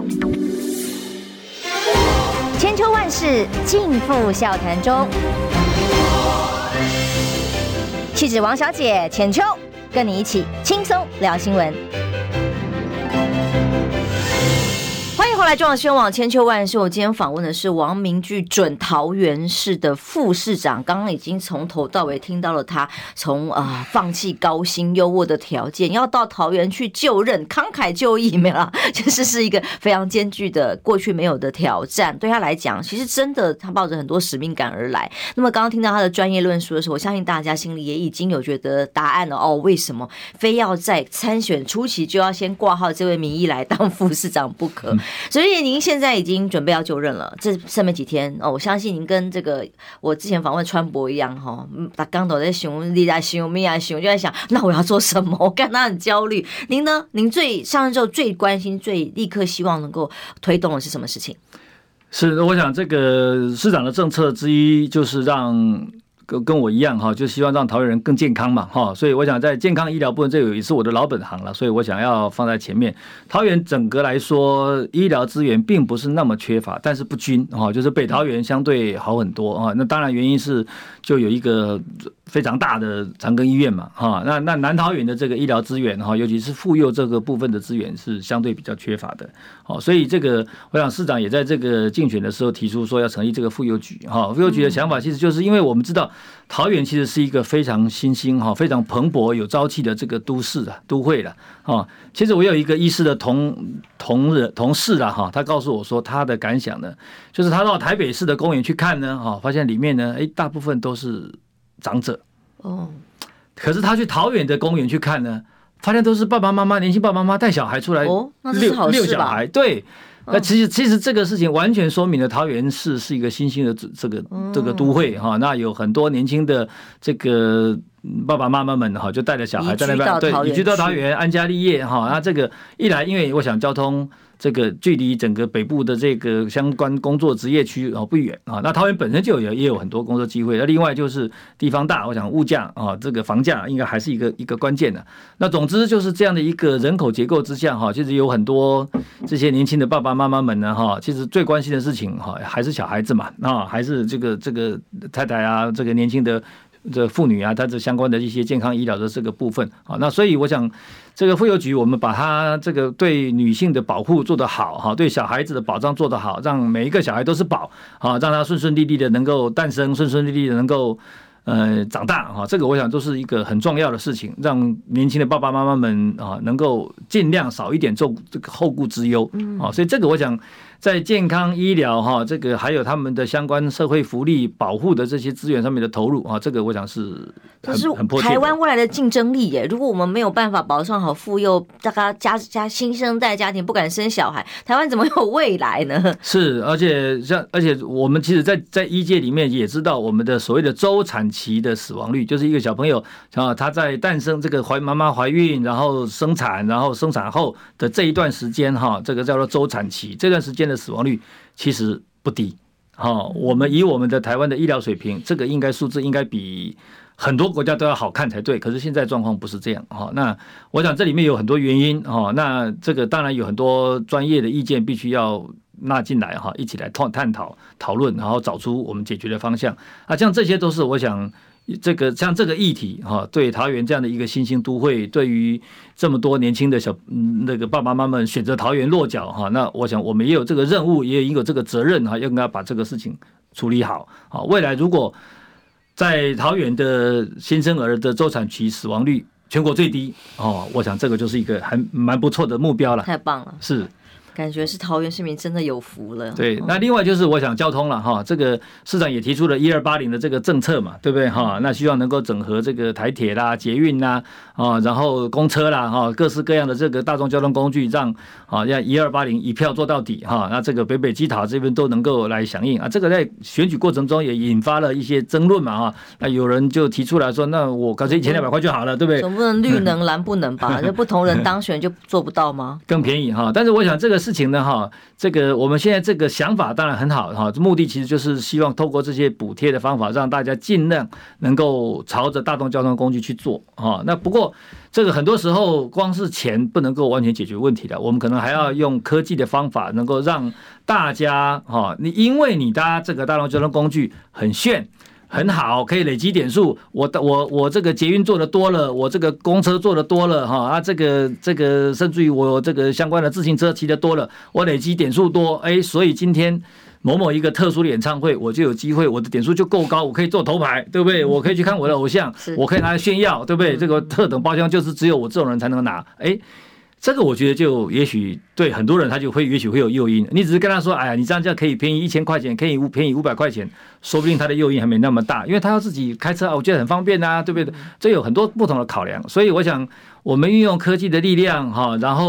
千秋万世尽付笑谈中，气质王小姐浅秋，跟你一起轻松聊新闻。 欢迎回来，中广新闻网千秋万世。我今天访问的是王明炬准桃园市的副市长，刚刚已经从头到尾听到了他从啊、呃、放弃高薪优渥的条件，要到桃园去就任，慷慨就义，没啦，就是是一个非常艰巨的过去没有的挑战。对他来讲，其实真的他抱着很多使命感而来。那么刚刚听到他的专业论述的时候，我相信大家心里也已经有觉得答案了哦。为什么非要在参选初期就要先挂号这位民意来当副市长不可？嗯， 所以您现在已经准备要就任了，这剩没几天哦。我相信您跟这个我之前访问川博一样哈，把刚头在想你在想咪啊想，就在想那我要做什么？我看他很焦虑。您呢？您最上任之后最关心、最立刻希望能够推动的是什么事情？ 是，我想这个市长的政策之一就是让。跟跟我一样哈，就希望让桃园人更健康嘛哈，所以我想在健康医疗部分，这也是我的老本行了，所以我想要放在前面。桃园整个来说，医疗资源并不是那么缺乏，但是不均哈，就是北桃园相对好很多啊。那当然原因是就有一个非常大的长庚医院嘛哈，那那南桃园的这个医疗资源哈，尤其是妇幼这个部分的资源是相对比较缺乏的。好，所以这个我想市长也在这个竞选的时候提出说要成立这个妇幼局哈，妇幼局的想法其实就是因为我们知道。桃园其实是一个非常新兴哈、非常蓬勃有朝气的这个都市啊、都会了啊。其实我有一个医师的同同仁同事啦哈，他告诉我说他的感想呢，就是他到台北市的公园去看呢哈，发现里面呢，哎，大部分都是长者哦。可是他去桃园的公园去看呢，发现都是爸爸妈妈、年轻爸爸妈妈带小孩出来哦，那是好事吧？ 遛小孩，对。那其实其实这个事情完全说明了桃园市是一个新兴的这个这个都会哈，那有很多年轻的这个爸爸妈妈们哈，就带着小孩在那边对移居到桃园安家立业哈，那这个一来，因为我想交通。这个距离整个北部的这个相关工作职业区哦不远啊，那桃园本身就有也有很多工作机会，那另外就是地方大，我想物价啊这个房价应该还是一个一个关键的。那总之就是这样的一个人口结构之下哈，其实有很多这些年轻的爸爸妈妈们呢哈，其实最关心的事情哈还是小孩子嘛啊，还是这个这个太太啊，这个年轻的。这妇女啊，它这相关的一些健康医疗的这个部分啊，那所以我想，这个妇幼局我们把它这个对女性的保护做得好哈，对小孩子的保障做得好，让每一个小孩都是宝啊，让他顺顺利利的能够诞生，顺顺利利的能够呃长大哈，这个我想都是一个很重要的事情，让年轻的爸爸妈妈们啊能够尽量少一点做这个后顾之忧啊，所以这个我想。在健康医疗哈，这个还有他们的相关社会福利保护的这些资源上面的投入啊，这个我想是很是台湾未来的竞争力耶。如果我们没有办法保障好妇幼，大家家家新生代家庭不敢生小孩，台湾怎么有未来呢？是， 而且像而且我们其实在在医界里面也知道，我们的所谓的周产期的死亡率，就是一个小朋友啊，他在诞生这个怀妈妈怀孕，然后生产，然后生产后的这一段时间哈，这个叫做周产期，这段时间的死亡率其实不低，好，我们以我们的台湾的医疗水平，这个应该数字应该比很多国家都要好看才对。可是现在状况不是这样，哈，那我想这里面有很多原因，哈，那这个当然有很多专业的意见必须要纳进来，哈，一起来探讨讨论，然后找出我们解决的方向啊，像这些都是我想。这个像这个议题哈，对桃园这样的一个新兴都会，对于这么多年轻的小那个爸爸妈妈们选择桃园落脚哈，那我想我们也有这个任务，也有这个责任哈，要跟他把这个事情处理好啊。未来如果在桃园的新生儿的周产期死亡率全国最低哦，我想这个就是一个还蛮不错的目标了。 太棒了， 是。 感觉是桃园市民真的有福了。 对，那另外就是我想交通了哈，这个市长也提出了一二八零的这个政策嘛，对不对哈？那希望能够整合这个台铁啦、捷运啦啊，然后公车啦哈，各式各样的这个大众交通工具，让啊让一二八零一票做到底哈。那这个北北基桃这边都能够来响应啊。这个在选举过程中也引发了一些争论嘛哈。那有人就提出来说，那我干脆一千两百块就好了，对不对？ 总不能绿能蓝不能吧？这不同人当选就做不到吗？ 更便宜哈。但是我想这个事情呢哈，这个我们现在这个想法当然很好哈，目的其实就是希望透过这些补贴的方法，让大家尽量能够朝着大众交通工具去做哈。那不过这个很多时候光是钱不能够完全解决问题的，我们可能还要用科技的方法，能够让大家哈，你因为你搭这个大众交通工具很炫。很好，可以累积点数。我我我这个捷运做的多了，我这个公车做的多了哈啊，这个这个甚至于我这个相关的自行车骑的多了，我累积点数多，哎，所以今天某某一个特殊的演唱会，我就有机会，我的点数就够高，我可以坐头排，对不对？我可以去看我的偶像，我可以拿来炫耀，对不对？这个特等包厢就是只有我这种人才能拿，哎。这个我觉得就也许对很多人他就会也许会有诱因，你只是跟他说，哎呀，你这样这样可以便宜一千块钱，可以便宜五百块钱，说不定他的诱因还没那么大，因为他要自己开车，我觉得很方便啊，对不对？这有很多不同的考量，所以我想我们运用科技的力量哈，然后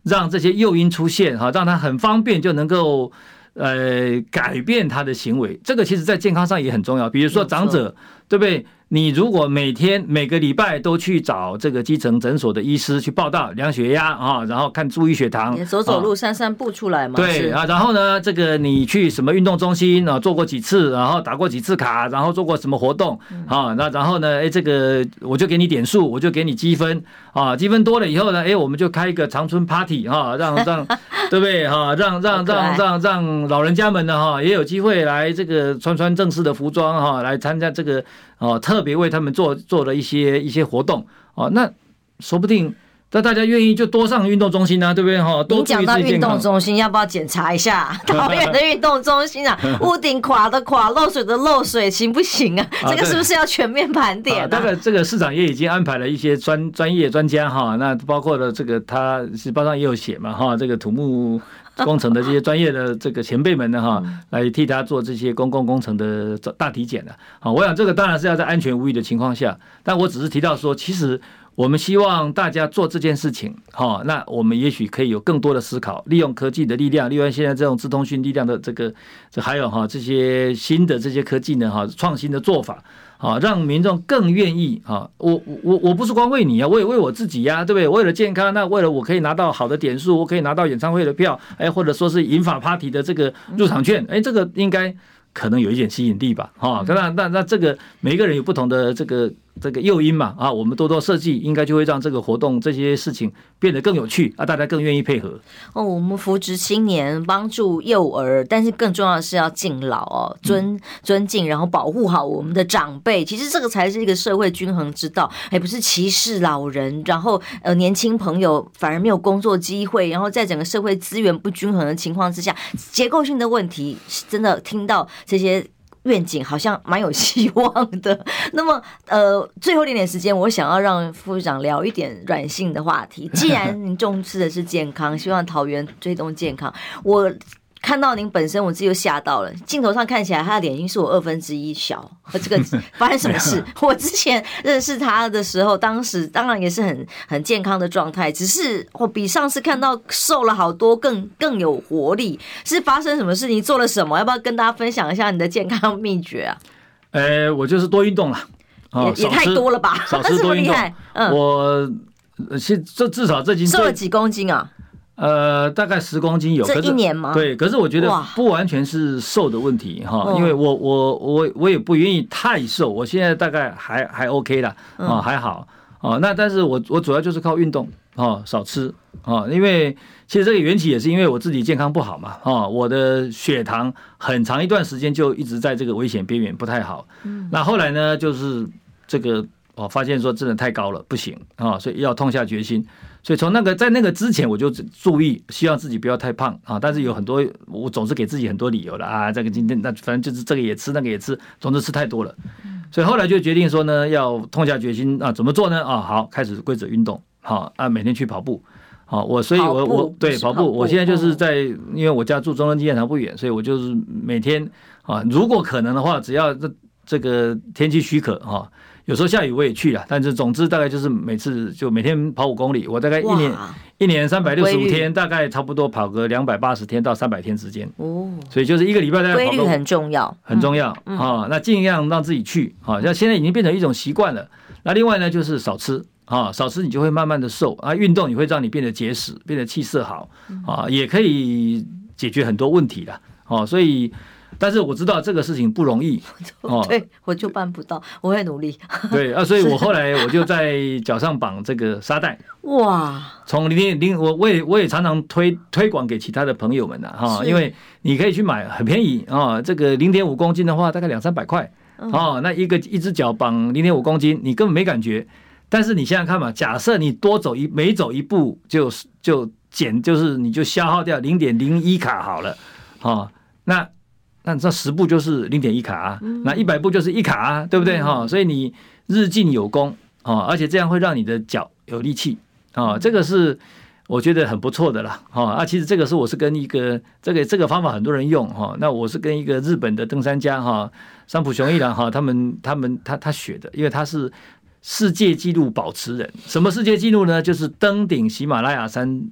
让这些诱因出现哈，让他很方便就能够呃改变他的行为。这个其实在健康上也很重要，比如说长者，对不对？你如果每天每个礼拜都去找这个基层诊所的医师去报到量血压啊，然后看注意血糖， 走走路、散散步出来嘛。 对啊，然后呢，这个你去什么运动中心啊做过几次，然后打过几次卡，然后做过什么活动啊？那然后呢，哎，这个我就给你点数，我就给你积分啊，积分多了以后呢，哎，我们就开一个长春 party 哈，让让对不对哈？让让让让让老人家们呢哈也有机会来这个穿穿正式的服装哈，来参加这个。哦，特别为他们做做了一些一些活动哦，那说不定那大家愿意就多上运动中心啊，对不对哈？ 你讲到运动中心，要不要检查一下桃园的运动中心啊？屋顶垮的垮，漏水的漏水，行不行啊？这个是不是要全面盘点啊？ 这个这个市长也已经安排了一些专专业专家哈，那包括了这个他时报上也有写嘛哈，这个土木工程的这些专业的这个前辈们呢哈，来替他做这些公共工程的大体检的。好，我想这个当然是要在安全无虞的情况下，但我只是提到说，其实我们希望大家做这件事情，哈，那我们也许可以有更多的思考，利用科技的力量，利用现在这种资通讯力量的这个，这还有哈这些新的这些科技呢，哈，创新的做法。啊，让民众更愿意啊！我我我不是光为你啊，我也为我自己呀、啊，对不对？为了健康，那为了我可以拿到好的点数，我可以拿到演唱会的票，哎，或者说是银发 party 的这个入场券，哎，这个应该可能有一点吸引力吧？哈，那那那这个每一个人有不同的这个这个诱因嘛啊，我们多多设计，应该就会让这个活动这些事情变得更有趣啊，大家更愿意配合。哦， 我们扶植青年，帮助幼儿，但是更重要的是要敬老哦，尊尊敬，然后保护好我们的长辈。其实这个才是一个社会均衡之道，而不是歧视老人，然后呃年轻朋友反而没有工作机会，然后在整个社会资源不均衡的情况之下，结构性的问题真的听到这些愿景好像蛮有希望的。那么呃，最后一点点时间，我想要让副市长聊一点软性的话题。既然您重视的是健康，希望桃园推动健康，我看到您本身，我自己又吓到了。镜头上看起来，他的脸已经是我二分之一小。这个发生什么事？我之前认识他的时候，当时当然也是很很健康的状态，只是我比上次看到瘦了好多，更更有活力。是发生什么事情？做了什么？要不要跟大家分享一下你的健康秘诀啊？ 呃，我就是多运动了， 哦、也也太多了吧？ 少吃多运动。嗯，我现这至少这已经瘦了几公斤啊？ 呃，大概十公斤有， 这一年吗？ 对，可是我觉得不完全是瘦的问题哈，因为我我我我也不愿意太瘦，我现在大概还还 OK 啦，啊，还好啊。那但是我我主要就是靠运动啊，少吃啊，因为其实这个缘起也是因为我自己健康不好嘛啊，我的血糖很长一段时间就一直在这个危险边缘，不太好。嗯，那后来呢，就是这个我发现说真的太高了，不行啊，所以要痛下决心。所以从那个在那个之前我就注意，希望自己不要太胖啊。但是有很多我总是给自己很多理由了啊。这个今天那反正就是这个也吃那个也吃，总之吃太多了。所以后来就决定说呢，要痛下决心啊，怎么做呢？啊，好，开始规则运动，好啊，每天去跑步。好，我所以我我对跑步，我现在就是在因为我家住中正纪念堂不远，所以我就是每天啊，如果可能的话，只要这这个天气许可哈。有时候下雨我也去了，但是总之大概就是每次就每天跑五公里，我大概一年一年三百六十五天，大概差不多跑个两百八十天到三百天之间。哦，所以就是一个礼拜大概跑个规律很重要， 很重要、嗯、啊。那尽量让自己去啊，像现在已经变成一种习惯了。那另外呢，就是少吃啊，少吃你就会慢慢的瘦啊。运动也会让你变得结实，变得气色好啊，也可以解决很多问题的啊。所以。但是我知道这个事情不容易， 哦，对，我就办不到，我会努力。 对啊，所以我后来我就在脚上绑这个沙袋，哇，从零点零，我我也我也常常推推广给其他的朋友们呐，哈，因为你可以去买，很便宜啊，这个零点五公斤的话，大概两三百块，哦，那一个一只脚绑零点五公斤，你根本没感觉。但是你想想看嘛，假设你多走一每走一步就就减，就是你就消耗掉零点零一卡好了，啊，那。那这十步就是零点一卡啊，那一百步就是一卡啊，对不对哈？所以你日进有功啊，而且这样会让你的脚有力气啊，这个是我觉得很不错的啦哈。啊，其实这个是我是跟一个这个这个方法很多人用哈，那我是跟一个日本的登山家哈，山浦雄一郎哈，他们他们他他学的，因为他是世界纪录保持人。什么世界纪录呢？就是登顶喜马拉雅山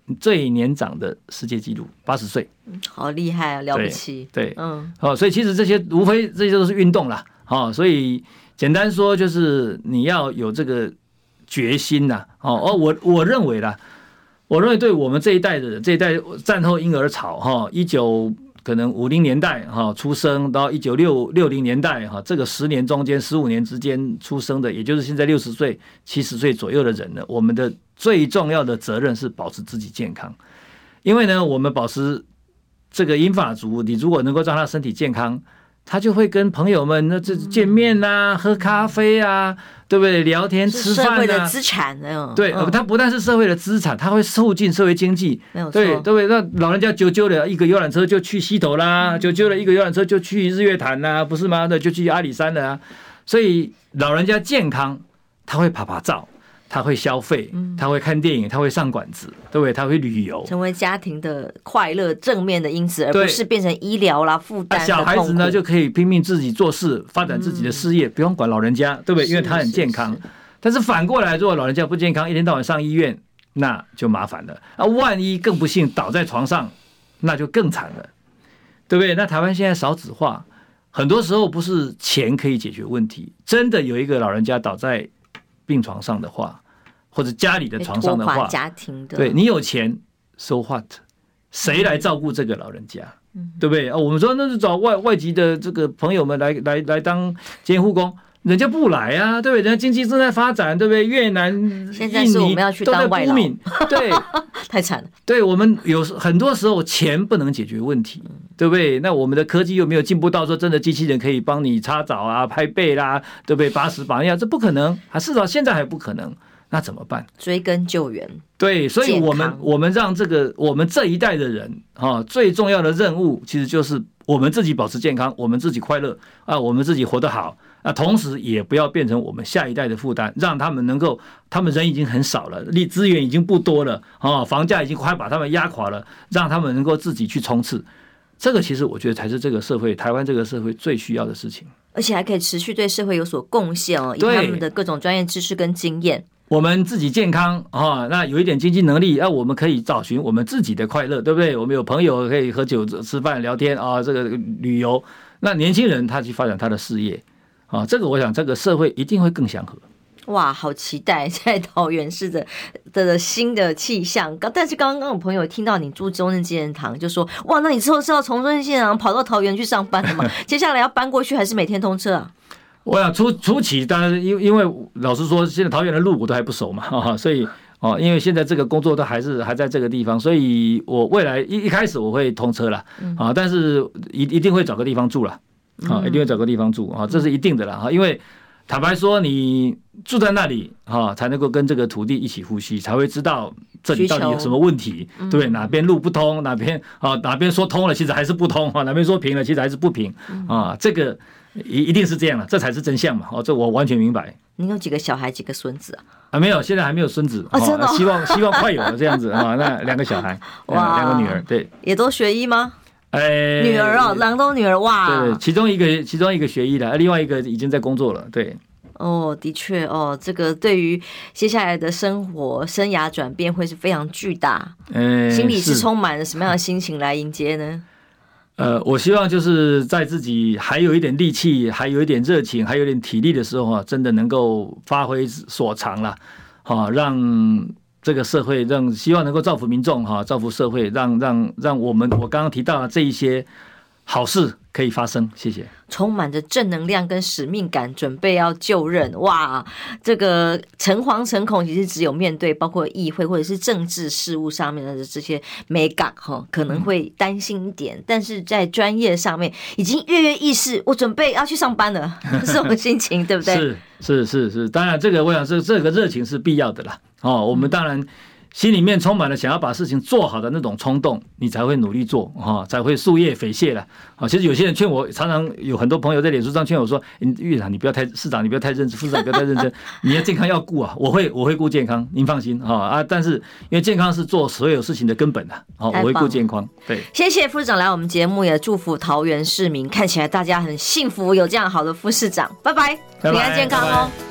最年长的世界纪录，八十岁， 好厉害啊，了不起。 对，对嗯，哦，所以其实这些无非这些都是运动啦，哦，所以简单说就是你要有这个决心呐，哦，哦，我我认为啦，我认为对我们这一代的这一代战后婴儿潮，哈，一九可能五零年代哈出生到一九六六零年代哈，这个十年中间十五年之间出生的，也就是现在六十岁、七十岁左右的人呢，我们的最重要的责任是保持自己健康，因为呢，我们保持这个银发族，你如果能够让他身体健康，他就会跟朋友们那这见面啊、喝咖啡啊，对不对？聊天、吃饭啊， 社会的资产呢？ 对， 嗯、 它不但是社会的资产，它会促进社会经济。 没有错， 对，对不对？那老人家揪揪的一个游览车就去溪头啦，揪揪了一个游览车就去日月潭啦，不是吗？那就去阿里山了啊。所以老人家健康，他会拍拍照。他会消费，他会看电影，他会上馆子，对不对？他会旅游， 成为家庭的快乐正面的因子，而不是变成医疗啦负担、啊。 小孩子呢就可以拼命自己做事，发展自己的事业，嗯、不用管老人家，对不对？因为他很健康。是是是但是反过来，如果老人家不健康，一天到晚上医院，那就麻烦了。啊，万一更不幸倒在床上，那就更惨了，对不对？那台湾现在少子化，很多时候不是钱可以解决问题，真的有一个老人家倒在病床上的话，或者家里的床上的话， 家庭的， 对你有钱 ，so what？ 谁来照顾这个老人家？嗯、对不对？啊，我们说那是找外外籍的这个朋友们来来来当监护工，人家不来啊，对不对？人家经济正在发展，对不对？越南、 现在是我们要去当外劳， 对， 太惨了。 对，我们有很多时候钱不能解决问题，对不对？那我们的科技又没有进步到说真的机器人可以帮你擦澡啊、拍背啦，对不对？把屎把尿，这不可能，还至少现在还不可能。那怎么办？ 追根救援。 对，所以我们我们让这个我们这一代的人啊，最重要的任务其实就是我们自己保持健康，我们自己快乐啊，我们自己活得好啊，同时也不要变成我们下一代的负担，让他们能够，他们人已经很少了，力资源已经不多了啊，房价已经快把他们压垮了，让他们能够自己去冲刺。这个其实我觉得才是这个社会，台湾这个社会最需要的事情， 而且还可以持续对社会有所贡献哦，以他们的各种专业知识跟经验。 我们自己健康啊，那有一点经济能力，啊，我们可以找寻我们自己的快乐，对不对？我们有朋友可以喝酒、吃饭、聊天啊，这个旅游。那年轻人他去发展他的事业啊，这个我想这个社会一定会更祥和。 哇，好期待在桃园市的 的, 的新的气象。但是刚刚我朋友听到你住中正纪念堂，就说：“哇，那你之后是要从中正纪念堂跑到桃园去上班了吗？接下来要搬过去，还是每天通车啊？” 我想初初期，当然因因为老实说，现在桃园的路我都还不熟嘛，啊，所以哦，因为现在这个工作都还是还在这个地方，所以我未来一一开始我会通车了啊，但是一一定会找个地方住了啊，一定会找个地方住啊，这是一定的啦啊，因为坦白说，你住在那里啊，才能够跟这个土地一起呼吸，才会知道这里到底有什么问题，对不对？哪边路不通，哪边啊哪边说通了，其实还是不通啊，哪边说平了，其实还是不平啊，这个。一一定是这样的，这才是真相嘛！哦，这我完全明白。 你有几个小孩，几个孙子啊？ 啊，没有，现在还没有孙子啊、哦，真的、哦， 希望希望快有了这样子啊。那两个小孩，哇，两个女儿，对， 也都学医吗？ 哎， 女儿哦，两都女儿，哇， 对，其中一个其中一个学医的，另外一个已经在工作了，对。 哦，的确哦，这个对于接下来的生活生涯转变会是非常巨大。嗯，心里是充满了什么样的心情来迎接呢？ 呃，我希望就是在自己还有一点力气、还有一点热情、还有一点体力的时候啊，真的能够发挥所长了，啊，让这个社会，让希望能够造福民众哈，造福社会，让让让我们我刚刚提到的这一些好事可以发生。谢谢。 充满着正能量跟使命感，准备要就任。哇，这个诚惶诚恐，其实只有面对包括议会或者是政治事务上面的这些美感哈，可能会担心一点，但是在专业上面已经跃跃欲试，我准备要去上班了，这种心情对不对？ 是是是是，当然这个我想是这个热情是必要的啦。哦，我们当然。心里面充满了想要把事情做好的那种冲动，你才会努力做啊，才会夙夜匪懈了啊。其实有些人劝我，常常有很多朋友在脸书上劝我说：“院长，你不要太市长，你不要太认真，副市长不要太认真，你的健康要顾啊。”我会我会顾健康，您放心啊啊！但是因为健康是做所有事情的根本啊，好，我会顾健康。对， 谢谢副市长来我们节目，也祝福桃园市民，看起来大家很幸福，有这样好的副市长。拜拜，平安健康哦。拜拜。